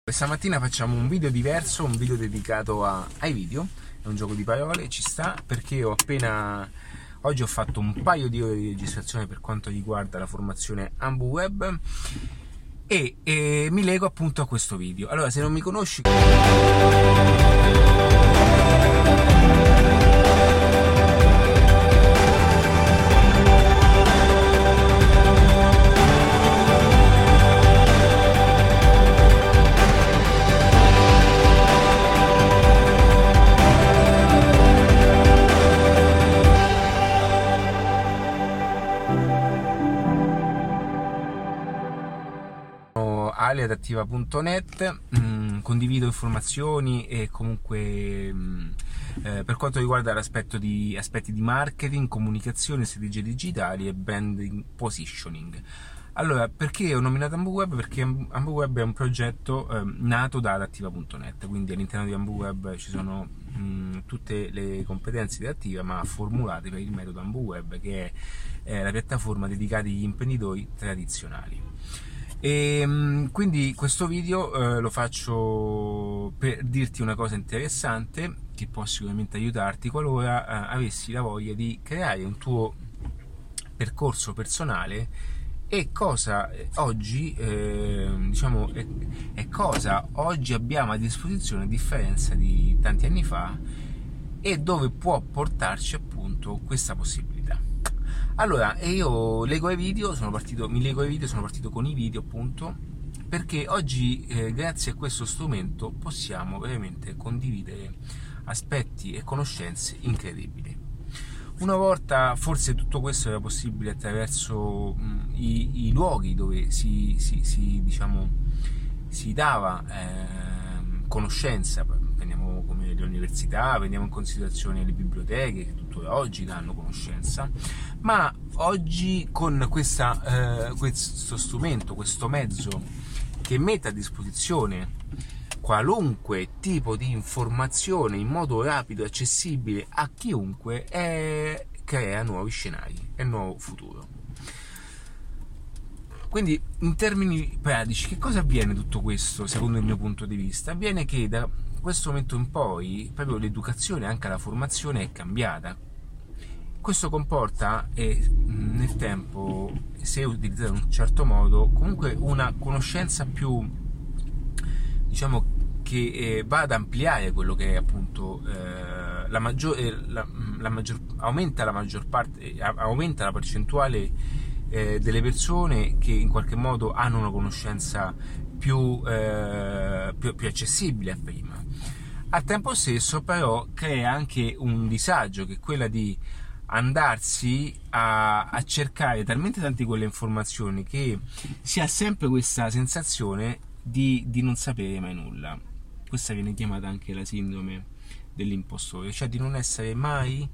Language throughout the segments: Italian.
Questa mattina facciamo un video diverso, un video dedicato ai video, è un gioco di parole, ci sta perché oggi ho fatto un paio di ore di registrazione per quanto riguarda la formazione AmbuWeb e mi lego appunto a questo video. Allora, se non mi conosci, aliadattiva.net, condivido informazioni e comunque per quanto riguarda aspetti di marketing, comunicazione, strategie digitali e branding positioning. Allora, perché ho nominato AmbuWeb? Perché AmbuWeb è un progetto nato da adattiva.net, quindi all'interno di AmbuWeb ci sono tutte le competenze di Adattiva, ma formulate per il metodo AmbuWeb, che è la piattaforma dedicata agli imprenditori tradizionali. E quindi questo video lo faccio per dirti una cosa interessante che può sicuramente aiutarti qualora avessi la voglia di creare un tuo percorso personale e cosa oggi cosa oggi abbiamo a disposizione a differenza di tanti anni fa e dove può portarci appunto questa possibilità. Allora, io mi lego ai video, sono partito con i video appunto, perché oggi grazie a questo strumento possiamo veramente condividere aspetti e conoscenze incredibili. Una volta forse tutto questo era possibile attraverso i luoghi dove si dava conoscenza. Prendiamo come le università, prendiamo in considerazione le biblioteche che tuttora oggi danno conoscenza, ma oggi con questo strumento, questo mezzo che mette a disposizione qualunque tipo di informazione in modo rapido e accessibile a chiunque, crea nuovi scenari e nuovo futuro. Quindi in termini pratici, che cosa avviene tutto questo secondo il mio punto di vista? Avviene che da questo momento in poi proprio l'educazione, anche la formazione, è cambiata. Questo comporta nel tempo, se utilizzato in un certo modo, comunque una conoscenza più, che va ad ampliare quello che è appunto aumenta la percentuale delle persone che in qualche modo hanno una conoscenza più accessibile a prima. Al tempo stesso però crea anche un disagio, che è quella di andarsi a cercare talmente tante quelle informazioni che si ha sempre questa sensazione di non sapere mai nulla. Questa viene chiamata anche la sindrome dell'impostore, cioè di non essere mai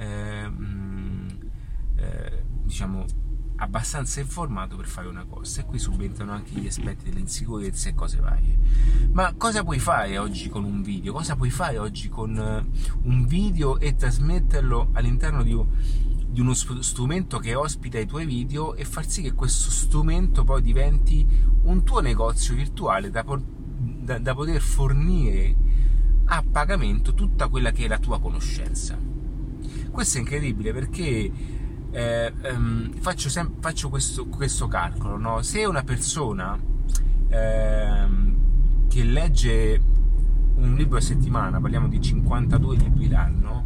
abbastanza informato per fare una cosa, e qui subentrano anche gli aspetti dell'insicurezza e cose varie. Ma cosa puoi fare oggi con un video? Cosa puoi fare oggi con un video e trasmetterlo all'interno di uno strumento che ospita i tuoi video e far sì che questo strumento poi diventi un tuo negozio virtuale da poter fornire a pagamento tutta quella che è la tua conoscenza? Questo è incredibile, perché faccio questo calcolo, no? Se una persona che legge un libro a settimana, parliamo di 52 libri l'anno,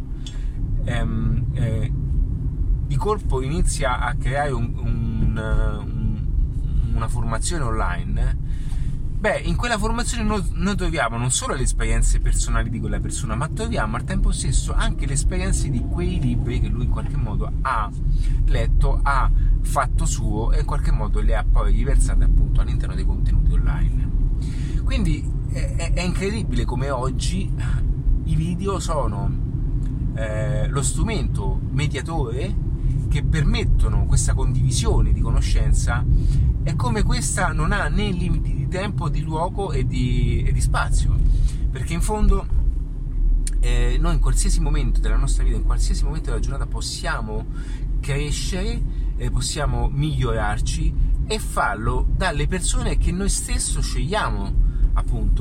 di colpo inizia a creare una formazione online, in quella formazione noi troviamo non solo le esperienze personali di quella persona, ma troviamo al tempo stesso anche le esperienze di quei libri che lui in qualche modo ha letto, ha fatto suo e in qualche modo le ha poi riversate appunto all'interno dei contenuti online. Quindi è incredibile come oggi i video sono lo strumento mediatore che permettono questa condivisione di conoscenza, e come questa non ha né limiti di tempo, di luogo e di spazio, perché in fondo noi in qualsiasi momento della nostra vita, in qualsiasi momento della giornata possiamo crescere, possiamo migliorarci e farlo dalle persone che noi stesso scegliamo appunto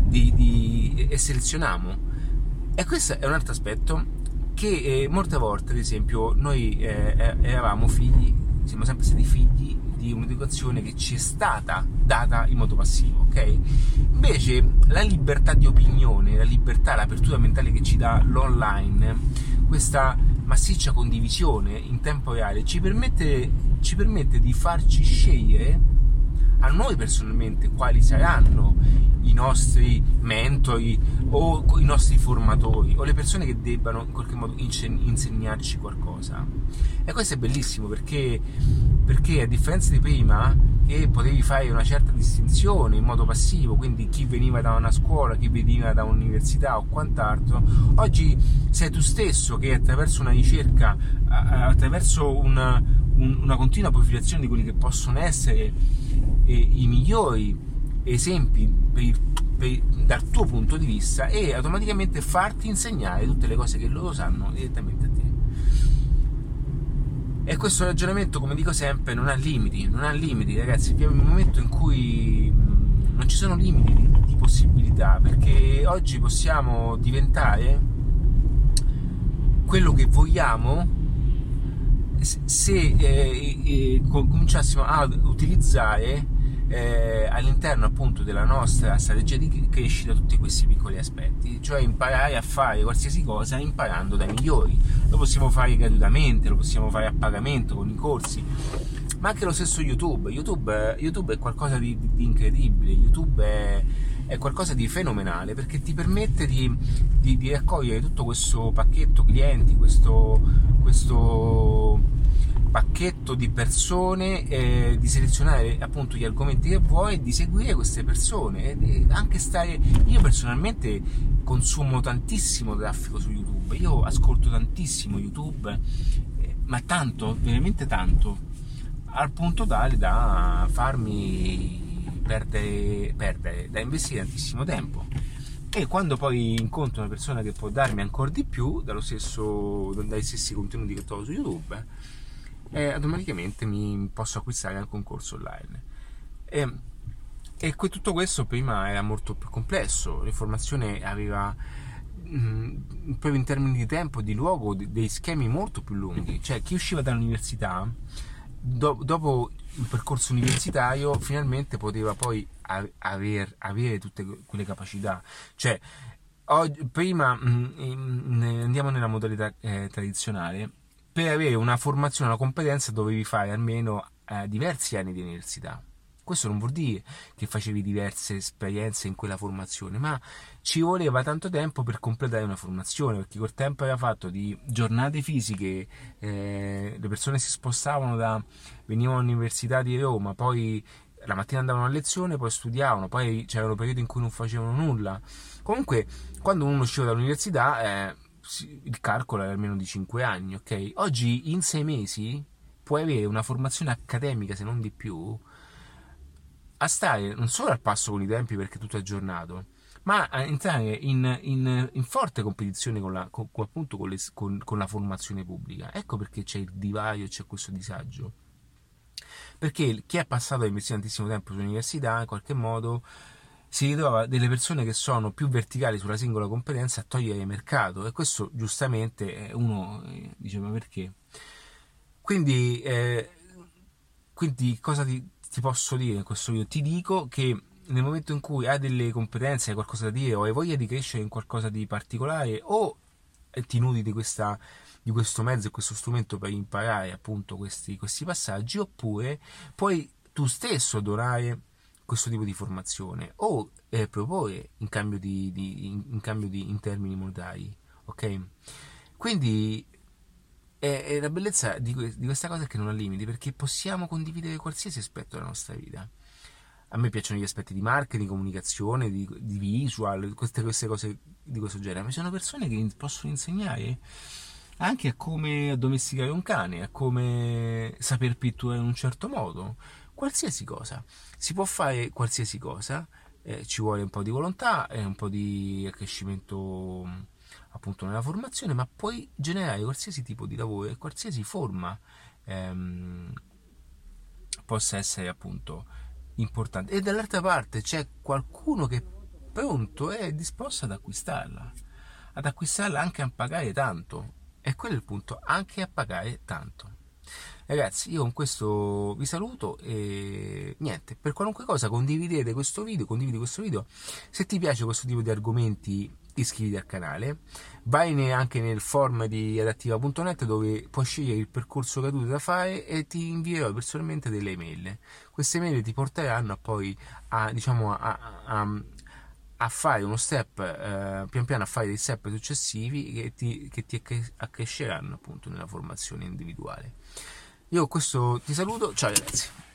e selezioniamo. E questo è un altro aspetto che molte volte, ad esempio, noi eravamo figli, siamo sempre stati figli di un'educazione che ci è stata data in modo passivo, ok? Invece la libertà di opinione, la libertà, l'apertura mentale che ci dà l'online, questa massiccia condivisione in tempo reale, ci permette di farci scegliere a noi personalmente quali saranno i nostri mentori o i nostri formatori o le persone che debbano in qualche modo insegnarci qualcosa. E questo è bellissimo perché a differenza di prima, che potevi fare una certa distinzione in modo passivo, quindi chi veniva da una scuola, chi veniva da un'università o quant'altro, oggi sei tu stesso che attraverso una ricerca, attraverso una continua profilazione di quelli che possono essere i migliori esempi dal tuo punto di vista, e automaticamente farti insegnare tutte le cose che loro sanno direttamente a te. E questo ragionamento, come dico sempre, non ha limiti, ragazzi. Viviamo in un momento in cui non ci sono limiti di possibilità, perché oggi possiamo diventare quello che vogliamo se cominciassimo a utilizzare all'interno appunto della nostra strategia di crescita tutti questi piccoli aspetti, cioè imparare a fare qualsiasi cosa imparando dai migliori. Lo possiamo fare gratuitamente, lo possiamo fare a pagamento con i corsi, ma anche lo stesso YouTube è qualcosa di incredibile. YouTube è qualcosa di fenomenale perché ti permette di raccogliere tutto questo pacchetto clienti, questo pacchetto di persone, di selezionare appunto gli argomenti che vuoi e di seguire queste persone e anche stare. Io personalmente consumo tantissimo traffico su YouTube, io ascolto tantissimo YouTube, ma tanto, veramente tanto, al punto tale da farmi perdere, da investire tantissimo tempo. E quando poi incontro una persona che può darmi ancora di più dai stessi contenuti che trovo su YouTube, automaticamente mi posso acquistare anche un corso online. E tutto questo prima era molto più complesso. L'informazione aveva proprio in termini di tempo, di luogo, dei schemi molto più lunghi. Cioè chi usciva dall'università dopo il percorso universitario finalmente poteva poi avere tutte quelle capacità. Cioè prima andiamo nella modalità tradizionale. Per avere una formazione, una competenza dovevi fare almeno diversi anni di università. Questo non vuol dire che facevi diverse esperienze in quella formazione, ma ci voleva tanto tempo per completare una formazione, perché quel tempo era fatto di giornate fisiche, le persone si spostavano venivano all'università di Roma, poi la mattina andavano a lezione, poi studiavano, poi c'erano periodi in cui non facevano nulla. Comunque, quando uno usciva dall'università, il calcolo è almeno di 5 anni, ok? Oggi in 6 mesi puoi avere una formazione accademica, se non di più, a stare non solo al passo con i tempi perché tutto è aggiornato, ma a entrare in forte competizione con la formazione pubblica. Ecco perché c'è il divario, c'è questo disagio. Perché chi è passato a investire tantissimo tempo sull'università, in qualche modo si ritrova delle persone che sono più verticali sulla singola competenza a togliere il mercato, e questo giustamente uno dice: ma perché? Quindi cosa ti posso dire in questo video? Ti dico che nel momento in cui hai delle competenze, hai qualcosa da dire o hai voglia di crescere in qualcosa di particolare, o ti nudi di questo mezzo e questo strumento per imparare appunto questi passaggi, oppure puoi tu stesso donare questo tipo di formazione o proporre in cambio in termini monetari, ok? Quindi la bellezza di questa cosa è che non ha limiti, perché possiamo condividere qualsiasi aspetto della nostra vita. A me piacciono gli aspetti di marketing, di comunicazione, di visual, queste cose di questo genere, ma ci sono persone che possono insegnare anche a come addomesticare un cane, a come saper pitturare in un certo modo, qualsiasi cosa. Si può fare qualsiasi cosa, ci vuole un po' di volontà e un po' di accrescimento appunto nella formazione, ma puoi generare qualsiasi tipo di lavoro e qualsiasi forma possa essere appunto importante. E dall'altra parte c'è qualcuno che pronto e è disposto ad acquistarla anche a pagare tanto. E quello è il punto, anche a pagare tanto. Ragazzi, io con questo vi saluto e niente, per qualunque cosa condividi questo video, se ti piace questo tipo di argomenti iscriviti al canale, vai anche nel forum di adattiva.net dove puoi scegliere il percorso gratuito da fare e ti invierò personalmente delle email. Queste email ti porteranno poi a, diciamo, a fare uno step, pian piano a fare dei step successivi che ti accresceranno appunto nella formazione individuale. Io con questo ti saluto, ciao ragazzi.